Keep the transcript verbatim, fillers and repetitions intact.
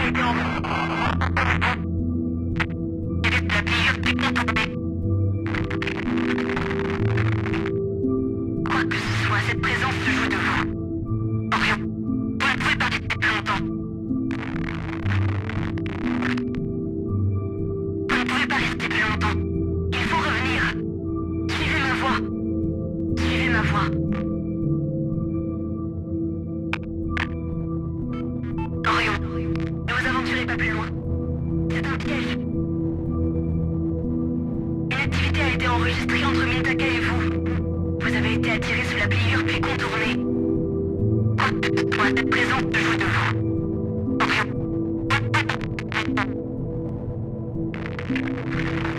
été en... La pliure s'est contournée. Quoi que ce soit, cette présence se joue de vous. Orion, vous ne pouvez pas rester plus longtemps. Vous ne pouvez pas rester plus longtemps. Il faut revenir. Suivez ma voix. Suivez ma voix. Orion, ne vous aventurez pas plus loin. C'est un piège. Une activité a été enregistrée entre Mintaka et vous. Vous avez été attiré sous la pliure puis contourné. Quoi que ce soit, cette présence se joue de vous. Orion.